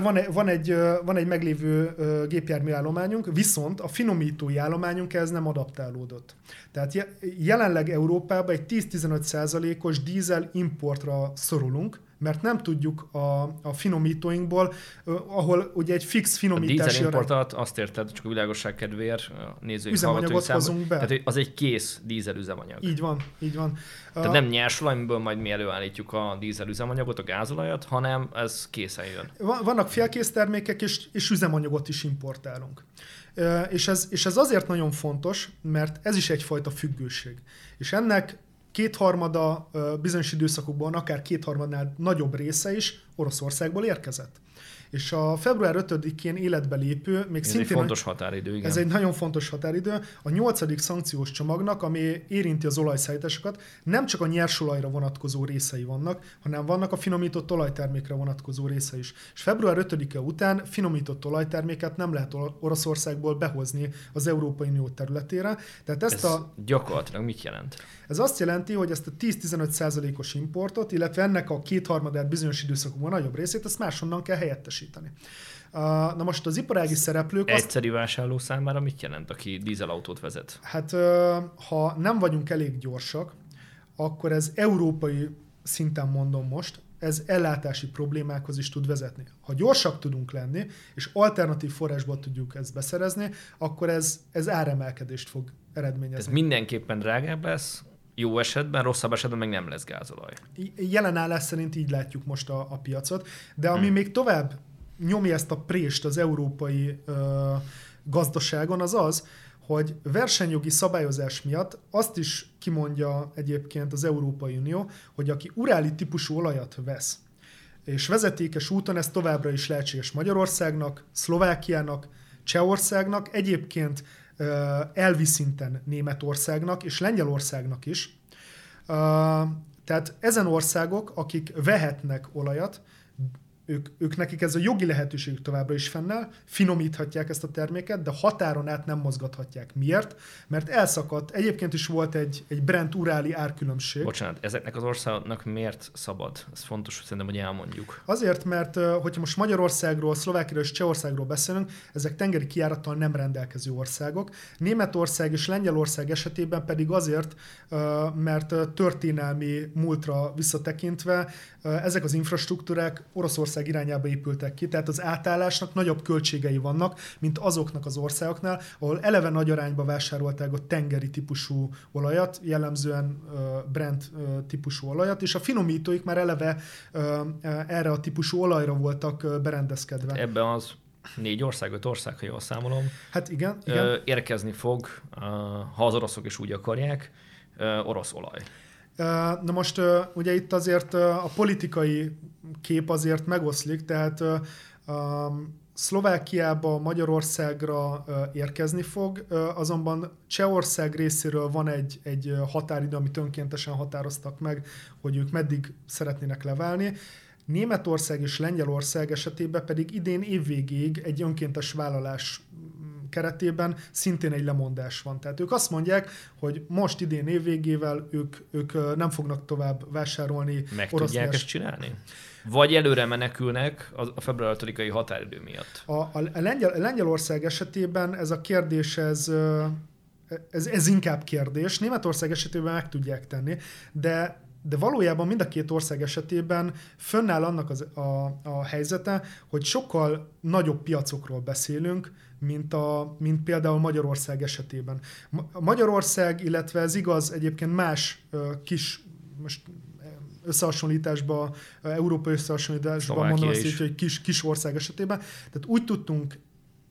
van egy meglévő gépjármű állományunk, viszont a finomítói állományunk ez nem adaptálódott. Tehát jelenleg Európában egy 10-15%-os dízel importra szorulunk, mert nem tudjuk a finomítóinkból, ahol ugye egy fix finomítási... A dízel importot azt érted, csak a világosság kedvéért nézőink üzemanyagot hozunk be. Tehát az egy kész dízel üzemanyag. Így van, így van. Tehát nem nyersolaj, amiből majd mi előállítjuk a dízel üzemanyagot, a gázolajat, hanem ez készen jön. Vannak félkész termékek, és üzemanyagot is importálunk. És ez azért nagyon fontos, mert ez is egyfajta függőség. És ennek kétharmada bizonyos időszakokban, akár kétharmadnál nagyobb része is Oroszországból érkezett. És a február 5-én életbe lépő, még ez szintén... egy fontos határidő, igen. Ez egy nagyon fontos határidő. A 8. szankciós csomagnak, ami érinti az olajszállításokat, nem csak a nyersolajra vonatkozó részei vannak, hanem vannak a finomított olajtermékre vonatkozó része is. És február 5-e után finomított olajterméket nem lehet Oroszországból behozni az Európai Unió területére. Tehát ez gyakorlatilag mit jelent? Ez azt jelenti, hogy ezt a 10-15%-os importot, illetve ennek a kétharmadát bizonyos időszakokban nagyobb részét, ezt máshonnan kell helyettesíteni. Na most az iparági szereplők... Egyszerű vásárló számára mit jelent, aki dízelautót vezet? Hát ha nem vagyunk elég gyorsak, akkor ez európai szinten mondom most, ez ellátási problémákhoz is tud vezetni. Ha gyorsak tudunk lenni, és alternatív forrásból tudjuk ezt beszerezni, akkor ez áremelkedést fog eredményezni. Ez mindenképpen drágább lesz, jó esetben, rosszabb esetben meg nem lesz gázolaj. Jelen állás szerint így látjuk most a piacot, de ami még tovább nyomja ezt a prést az európai gazdaságon, az, hogy versenyjogi szabályozás miatt azt is kimondja egyébként az Európai Unió, hogy aki uráli típusú olajat vesz, és vezetékes úton ez továbbra is lehetséges Magyarországnak, Szlovákiának, Csehországnak, egyébként elvi szinten Németországnak és Lengyelországnak is. Tehát ezen országok, akik vehetnek olajat, ők nekik ez a jogi lehetőség továbbra is fennáll, finomíthatják ezt a terméket, de határon át nem mozgathatják. Miért? Mert elszakadt, egyébként is volt egy Brent-uráli árkülönbség. Bocsánat, ezeknek az országoknak miért szabad? Ez fontos, szerintem, hogy elmondjuk. Azért, mert hogyha most Magyarországról, Szlovákiáról és Csehországról beszélünk, ezek tengeri kijárattal nem rendelkező országok. Németország és Lengyelország esetében pedig azért, mert történelmi múltra visszatekintve ezek az infrastruktúrák Oroszország irányába épültek ki, tehát az átállásnak nagyobb költségei vannak, mint azoknak az országoknál, ahol eleve nagy arányba vásárolták a tengeri típusú olajat, jellemzően Brent típusú olajat, és a finomítóik már eleve erre a típusú olajra voltak berendezkedve. Ebben az 4 ország, 5 ország, ha jól számolom. Hát igen. Érkezni fog, ha az oroszok is úgy akarják, orosz olaj. Na most ugye itt azért a politikai kép azért megoszlik, tehát Szlovákiába, Magyarországra érkezni fog, azonban Csehország részéről van egy határidő, amit önkéntesen határoztak meg, hogy ők meddig szeretnének leválni. Németország és Lengyelország esetében pedig idén évvégéig egy önkéntes vállalás keretében szintén egy lemondás van. Tehát ők azt mondják, hogy most idén évvégével ők nem fognak tovább vásárolni. Meg tudják ezt csinálni? Vagy előre menekülnek a február 5-ai határidő miatt? A Lengyelország esetében ez a kérdés, ez inkább kérdés. Németország esetében meg tudják tenni, de valójában mind a két ország esetében fönnáll annak a helyzete, hogy sokkal nagyobb piacokról beszélünk, mint például Magyarország esetében. Magyarország, illetve ez igaz egyébként más kis, most összehasonlításban, európai összehasonlításban mondom azt így, hogy kis ország esetében. Tehát úgy tudtunk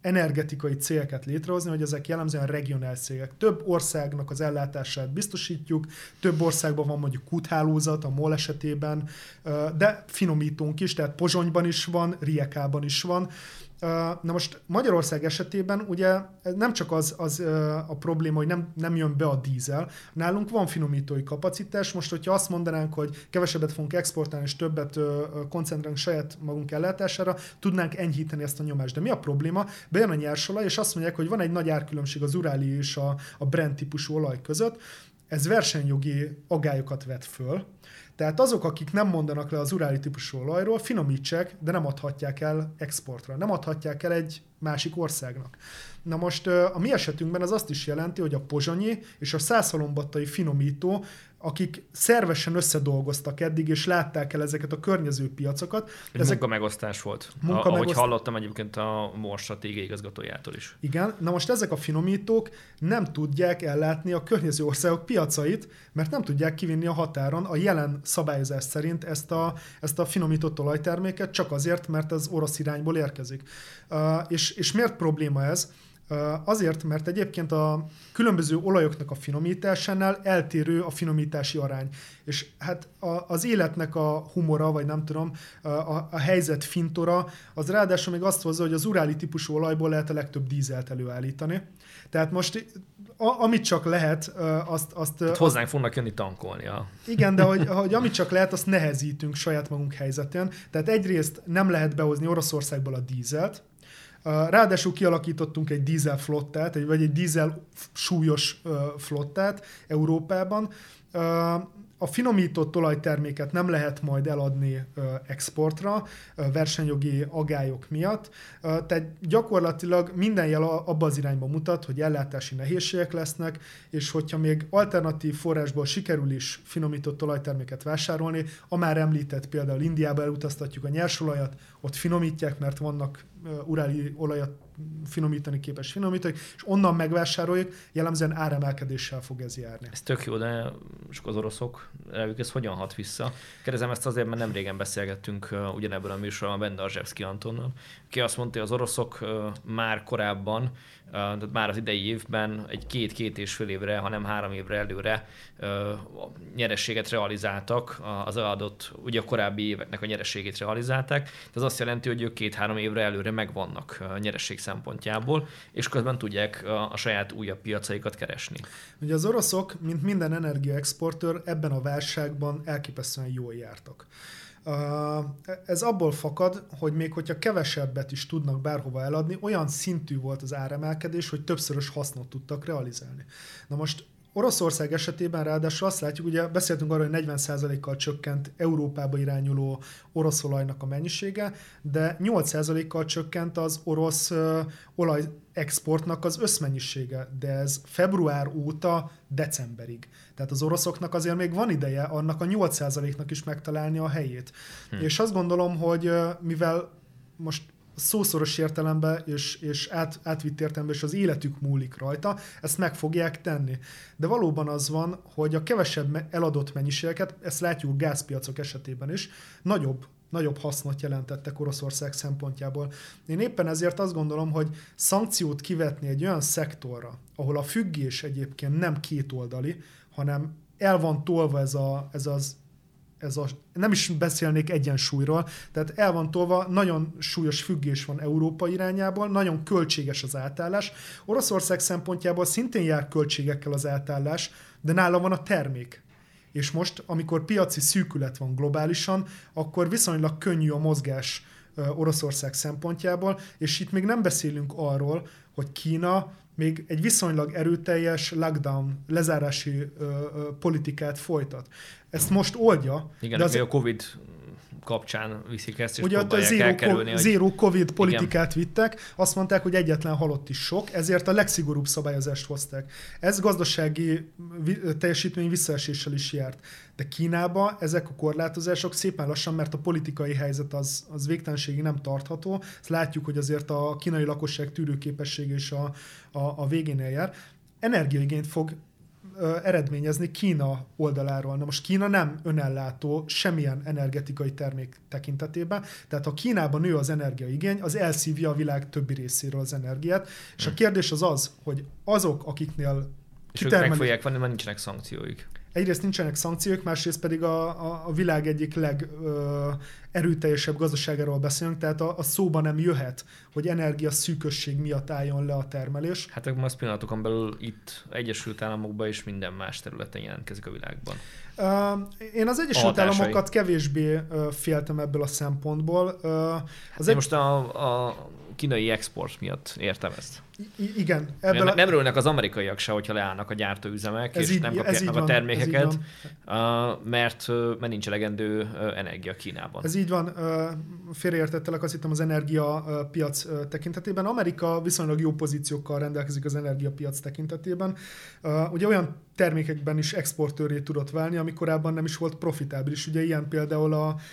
energetikai céleket létrehozni, hogy ezek jellemzően regionális cégek. Több országnak az ellátását biztosítjuk, több országban van mondjuk kúthálózat, a MOL esetében, de finomítunk is, tehát Pozsonyban is van, Rijekában is van. Na most Magyarország esetében ugye nem csak az a probléma, hogy nem jön be a dízel, nálunk van finomítói kapacitás, most hogyha azt mondanánk, hogy kevesebbet fogunk exportálni és többet koncentrálunk saját magunk ellátására, tudnánk enyhíteni ezt a nyomást. De mi a probléma? Bejön a nyersolaj, és azt mondják, hogy van egy nagy árkülönbség az uráli és a Brent típusú olaj között, ez versenyjogi agályokat vet föl. Tehát azok, akik nem mondanak le az uráli típusú olajról, finomítsák, de nem adhatják el exportra. Nem adhatják el egy másik országnak. Na most a mi esetünkben ez azt is jelenti, hogy a pozsonyi és a szászhalombattai finomító, akik szervesen összedolgoztak eddig, és látták el ezeket a környező piacokat. Ezek munkamegosztás volt. Ahogy hallottam egyébként a MOL stratégiai igazgatójától is. Igen, na most ezek a finomítók nem tudják ellátni a környező országok piacait, mert nem tudják kivinni a határon a jelen szabályozás szerint ezt a finomított olajterméket, csak azért, mert az orosz irányból érkezik. És miért probléma ez? Azért, mert egyébként a különböző olajoknak a finomításánál eltérő a finomítási arány. És hát az életnek a humora, vagy nem tudom, a helyzet fintora, az ráadásul még azt hozza, hogy az uráli típusú olajból lehet a legtöbb dízelt előállítani. Tehát most amit csak lehet, azt hozzánk fognak jönni tankolni. Igen, de hogy amit csak lehet, azt nehezítünk saját magunk helyzetén. Tehát egyrészt nem lehet behozni Oroszországból a dízelt, ráadásul kialakítottunk egy dízel flottát, vagy egy dízel súlyos flottát Európában. A finomított olajterméket nem lehet majd eladni exportra versenyjogi agályok miatt. Tehát gyakorlatilag minden jel abba az irányba mutat, hogy ellátási nehézségek lesznek, és hogyha még alternatív forrásból sikerül is finomított olajterméket vásárolni, a már említett például Indiába elutaztatjuk a nyersolajat, ott finomítják, mert vannak uráli olajat finomítani képes finomítók, és onnan megvásároljuk, jellemzően áremelkedéssel fog ez járni. Ez tök jó, de csak az oroszok, ez hogyan hat vissza? Kérdezem ezt azért, mert nem régen beszélgettünk ugyanebben a műsorban Bendarzsevszky Antonnal, ki azt mondta, hogy az oroszok már korábban, tehát már az idei évben egy 2-2,5 évre, hanem 3 évre előre nyerességet realizáltak, az eladott, ugye a korábbi éveknek a nyerességét realizálták. Ez azt jelenti, hogy ők 2-3 évre előre megvannak nyeresség szempontjából, és közben tudják a saját újabb piacaikat keresni. Ugye az oroszok, mint minden energiaexportőr, ebben a válságban elképesztően jól jártak. Ez abból fakad, hogy még hogyha kevesebbet is tudnak bárhova eladni, olyan szintű volt az áremelkedés, hogy többszörös hasznot tudtak realizálni. Na most Oroszország esetében ráadásul azt látjuk, ugye beszéltünk arról, hogy 40%-kal csökkent Európába irányuló orosz olajnak a mennyisége, de 8%-kal csökkent az orosz olajexportnak az összmennyisége, de ez február óta decemberig. Tehát az oroszoknak azért még van ideje annak a 8%-nak is megtalálni a helyét. És azt gondolom, hogy mivel most szószoros értelemben és átvitt értelemben, és az életük múlik rajta, ezt meg fogják tenni. De valóban az van, hogy a kevesebb eladott mennyiségeket, ezt látjuk gázpiacok esetében is, nagyobb hasznot jelentettek Oroszország szempontjából. Én éppen ezért azt gondolom, hogy szankciót kivetni egy olyan szektorra, ahol a függés egyébként nem kétoldali, hanem el van tolva nem is beszélnék egyensúlyról, tehát el van tolva, nagyon súlyos függés van Európa irányából, nagyon költséges az átállás. Oroszország szempontjából szintén jár költségekkel az átállás, de nála van a termék. És most, amikor piaci szűkület van globálisan, akkor viszonylag könnyű a mozgás Oroszország szempontjából, és itt még nem beszélünk arról, hogy Kína még egy viszonylag erőteljes lockdown, lezárási politikát folytat. Ezt most oldja. Igen, de a Covid kapcsán viszik ezt, és ugye próbálják elkerülni, hogy... Zero Covid politikát vittek, azt mondták, hogy egyetlen halott is sok, ezért a legszigorúbb szabályozást hozták. Ez gazdasági teljesítmény visszaeséssel is járt. De Kínában ezek a korlátozások szépen lassan, mert a politikai helyzet az végtelenségig nem tartható. Ezt látjuk, hogy azért a kínai lakosság tűrőképessége is a végénél jár. Energiaigényt fog eredményezni Kína oldaláról. Na most Kína nem önellátó semmilyen energetikai termék tekintetében, tehát ha Kínában nő az energiaigény, az elszívja a világ többi részéről az energiát, és a kérdés az, hogy azok, akiknél és ők meg fogják venni, mert nincsenek szankcióik. Egyrészt nincsenek szankciók, másrészt pedig a világ egyik legerőteljesebb gazdaságáról beszélünk, tehát a szóba nem jöhet, hogy energia szűkösség miatt álljon le a termelés. Hát akkor az pillanatokon belül itt Egyesült Államokban és minden más területen jelentkezik a világban. Én az Egyesült Államokat kevésbé féltem ebből a szempontból. Most a kínai export miatt értem ezt. Igen. Nem örülnek az amerikaiak se, hogyha leállnak a gyártóüzemek, és nem kapják meg a termékeket, mert nincs elegendő energia Kínában. Ez így van. Félreértettelek, azt hittem az energiapiac tekintetében. Amerika viszonylag jó pozíciókkal rendelkezik az energiapiac tekintetében. Ugye olyan termékekben is exportőré tudott válni, ami korábban nem is volt profitábilis. Ugye ilyen például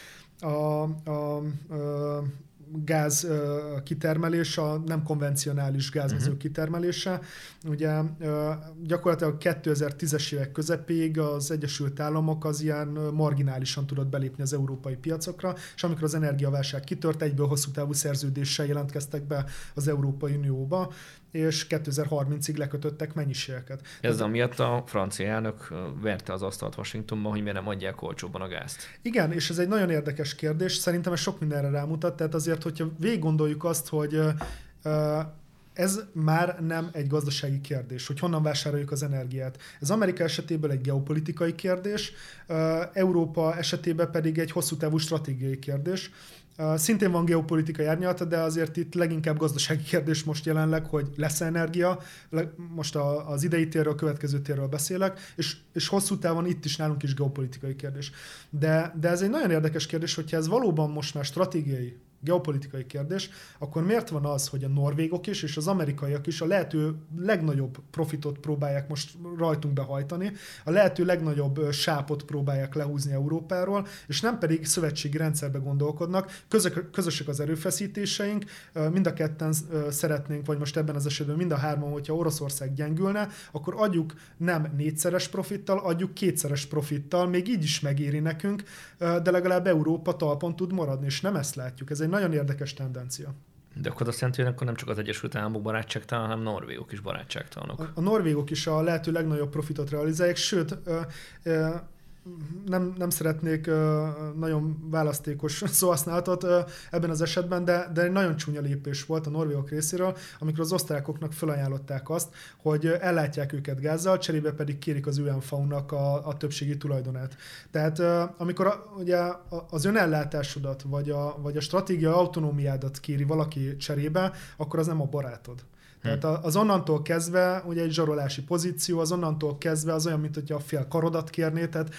a gáz kitermelés, a nem konvencionális gázmezők kitermelése. Ugye gyakorlatilag 2010-es évek közepéig az Egyesült Államok az ilyen marginálisan tudott belépni az európai piacokra, és amikor az energiaválság kitört, egyből hosszú távú szerződéssel jelentkeztek be az Európai Unióba, és 2030-ig lekötöttek mennyiségeket. Ez amiatt a francia elnök verte az asztalt Washingtonban, hogy miért nem adják olcsóbban a gázt. Igen, és ez egy nagyon érdekes kérdés. Szerintem ez sok mindenre rámutat, tehát azért, hogyha végig gondoljuk azt, hogy ez már nem egy gazdasági kérdés, hogy honnan vásároljuk az energiát. Ez Amerika esetében egy geopolitikai kérdés, Európa esetében pedig egy hosszú távú stratégiai kérdés. Szintén van geopolitikai árnyalata, de azért itt leginkább gazdasági kérdés most jelenleg, hogy lesz energia. Most az idei térről, a következő térről beszélek, és hosszú távon itt is nálunk is geopolitikai kérdés. De ez egy nagyon érdekes kérdés, hogyha ez valóban most már stratégiai, geopolitikai kérdés, akkor miért van az, hogy a norvégok is és az amerikaiak is a lehető legnagyobb profitot próbálják most rajtunk behajtani, a lehető legnagyobb sápot próbálják lehúzni Európáról, és nem pedig szövetségi rendszerbe gondolkodnak, közösek az erőfeszítéseink, mind a ketten szeretnénk, vagy most ebben az esetben mind a hárman, hogyha Oroszország gyengülne, akkor adjuk nem 4-szeres profittal, adjuk 2-szeres profittal, még így is megéri nekünk, de legalább Európa talpon tud maradni, és nem ezt látjuk. Ez egy nagyon érdekes tendencia. De akkor azt jelenti, hogy akkor nem csak az Egyesült Államok barátságtalan, hanem norvégok is barátságtalanok. A norvégok is a lehető legnagyobb profitot realizálják, sőt, nem szeretnék nagyon választékos szóhasználatot ebben az esetben, de egy nagyon csúnya lépés volt a norvégok részéről, amikor az osztrákoknak felajánlották azt, hogy ellátják őket gázzal, cserébe pedig kérik az ÖMV-nak a többségi tulajdonát. Tehát amikor ugye az önellátásodat, vagy a stratégiai autonómiádat kéri valaki cserébe, akkor az nem a barátod. Tehát az onnantól kezdve ugye egy zsarolási pozíció, az onnantól kezdve az olyan, mint hogyha a fél karodat kérné, tehát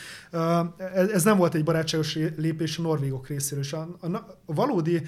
ez nem volt egy barátságos lépés a norvégok részéről. És a valódi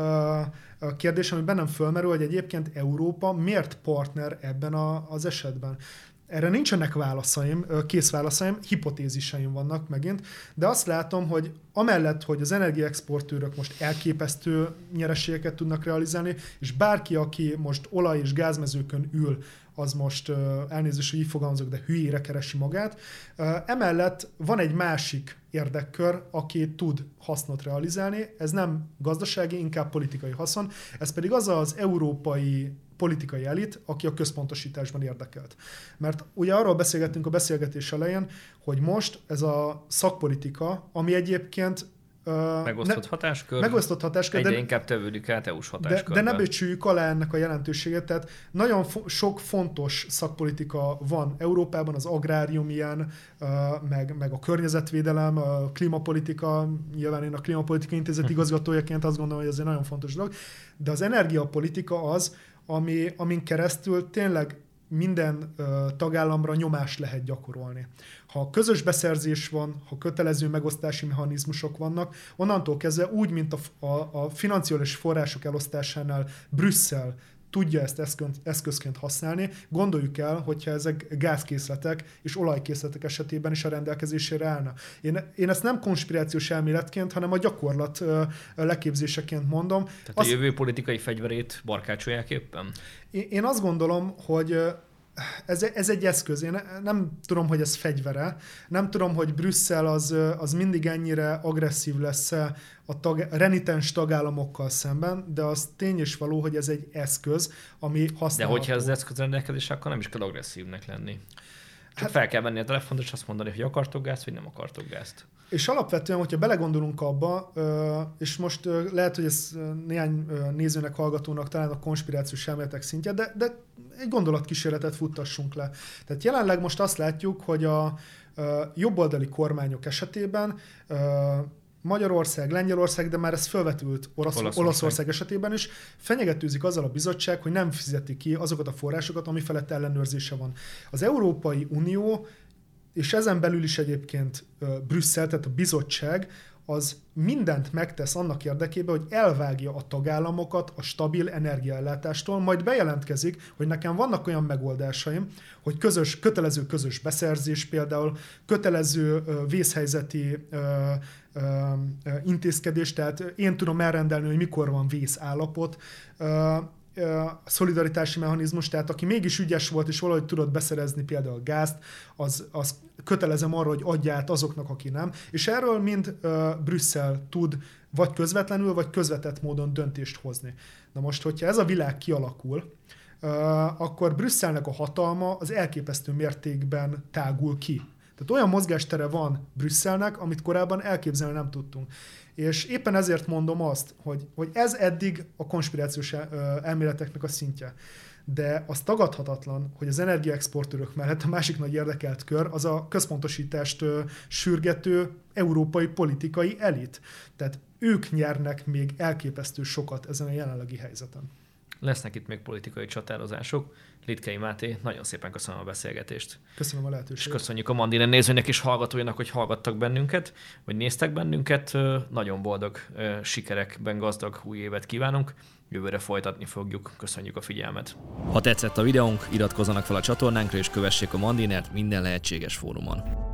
kérdés, ami bennem fölmerül, hogy egyébként Európa miért partner ebben az esetben. Erre nincsenek válaszaim, kész válaszaim, hipotéziseim vannak megint, de azt látom, hogy amellett, hogy az energiaexportőrök most elképesztő nyereségeket tudnak realizálni, és bárki, aki most olaj- és gázmezőkön ül, az most elnézést, hogy így fogalmazok, de hülyére keresi magát. Emellett van egy másik érdekkör, aki tud hasznot realizálni, ez nem gazdasági, inkább politikai haszon, ez pedig az az európai politikai elit, aki a központosításban érdekelt. Mert ugye arról beszélgettünk a beszélgetés elején, hogy most ez a szakpolitika, ami egyébként megosztott hatáskör, egyre inkább tevődik át EU-s hatáskörbe. De ne becsüljük alá ennek a jelentőséget, tehát nagyon sok fontos szakpolitika van Európában, az agrárium ilyen, meg a környezetvédelem, a klímapolitika, nyilván én a Klímapolitikai Intézet igazgatójaként azt gondolom, hogy ez egy nagyon fontos dolog, de az energiapolitika az, amin keresztül tényleg minden tagállamra nyomást lehet gyakorolni. Ha közös beszerzés van, ha kötelező megosztási mechanizmusok vannak, onnantól kezdve úgy, mint a financiális források elosztásánál Brüsszel tudja ezt eszközként használni, gondoljuk el, hogyha ezek gázkészletek és olajkészletek esetében is a rendelkezésére állna. Én ezt nem konspirációs elméletként, hanem a gyakorlat leképzéseként mondom. Tehát a jövő politikai fegyverét barkácsolják éppen? Én azt gondolom, hogy Ez egy eszköz. Én nem tudom, hogy ez fegyvere. Nem tudom, hogy Brüsszel az mindig ennyire agresszív lesz a renitens tagállamokkal szemben, de az tény és való, hogy ez egy eszköz, ami használható. De hogyha ez eszköz rendelkezés, akkor nem is kell agresszívnek lenni. Csak fel kell venni a telefont, és azt mondani, hogy akartok gázt, vagy nem akartok gázt. És alapvetően, hogyha belegondolunk abba, és most lehet, hogy ez néhány nézőnek, hallgatónak talán a konspirációs elméletek szintje, de egy gondolatkísérletet futtassunk le. Tehát jelenleg most azt látjuk, hogy a jobboldali kormányok esetében Magyarország, Lengyelország, de már ez felvetült Olaszország esetében is, fenyegetőzik azzal a bizottság, hogy nem fizeti ki azokat a forrásokat, ami felett ellenőrzése van. Az Európai Unió, és ezen belül is egyébként Brüsszel, tehát a bizottság, az mindent megtesz annak érdekében, hogy elvágja a tagállamokat a stabil energiaellátástól, majd bejelentkezik, hogy nekem vannak olyan megoldásaim, hogy kötelező közös beszerzés például, kötelező vészhelyzeti intézkedés, tehát én tudom elrendelni, hogy mikor van vészállapot, szolidaritási mechanizmus, tehát aki mégis ügyes volt, és valahogy tudott beszerezni például gázt, az kötelezem arra, hogy adja át azoknak, aki nem. És erről mind Brüsszel tud vagy közvetlenül, vagy közvetett módon döntést hozni. Na most, hogyha ez a világ kialakul, akkor Brüsszelnek a hatalma az elképesztő mértékben tágul ki. Tehát olyan mozgástere van Brüsszelnek, amit korábban elképzelni nem tudtunk. És éppen ezért mondom azt, hogy ez eddig a konspirációs elméleteknek a szintje. De az tagadhatatlan, hogy az energiaexportőrök mellett a másik nagy érdekelt kör az a központosítást sürgető európai politikai elit. Tehát ők nyernek még elképesztő sokat ezen a jelenlegi helyzeten. Lesznek itt még politikai csatározások. Litkei Máté, nagyon szépen köszönöm a beszélgetést. Köszönöm a lehetőséget. És köszönjük a Mandiner nézőnek és hallgatóinak, hogy hallgattak bennünket, vagy néztek bennünket. Nagyon boldog, sikerekben gazdag új évet kívánunk. Jövőre folytatni fogjuk. Köszönjük a figyelmet. Ha tetszett a videónk, iratkozzanak fel a csatornánkra és kövessék a Mandinert minden lehetséges fórumon.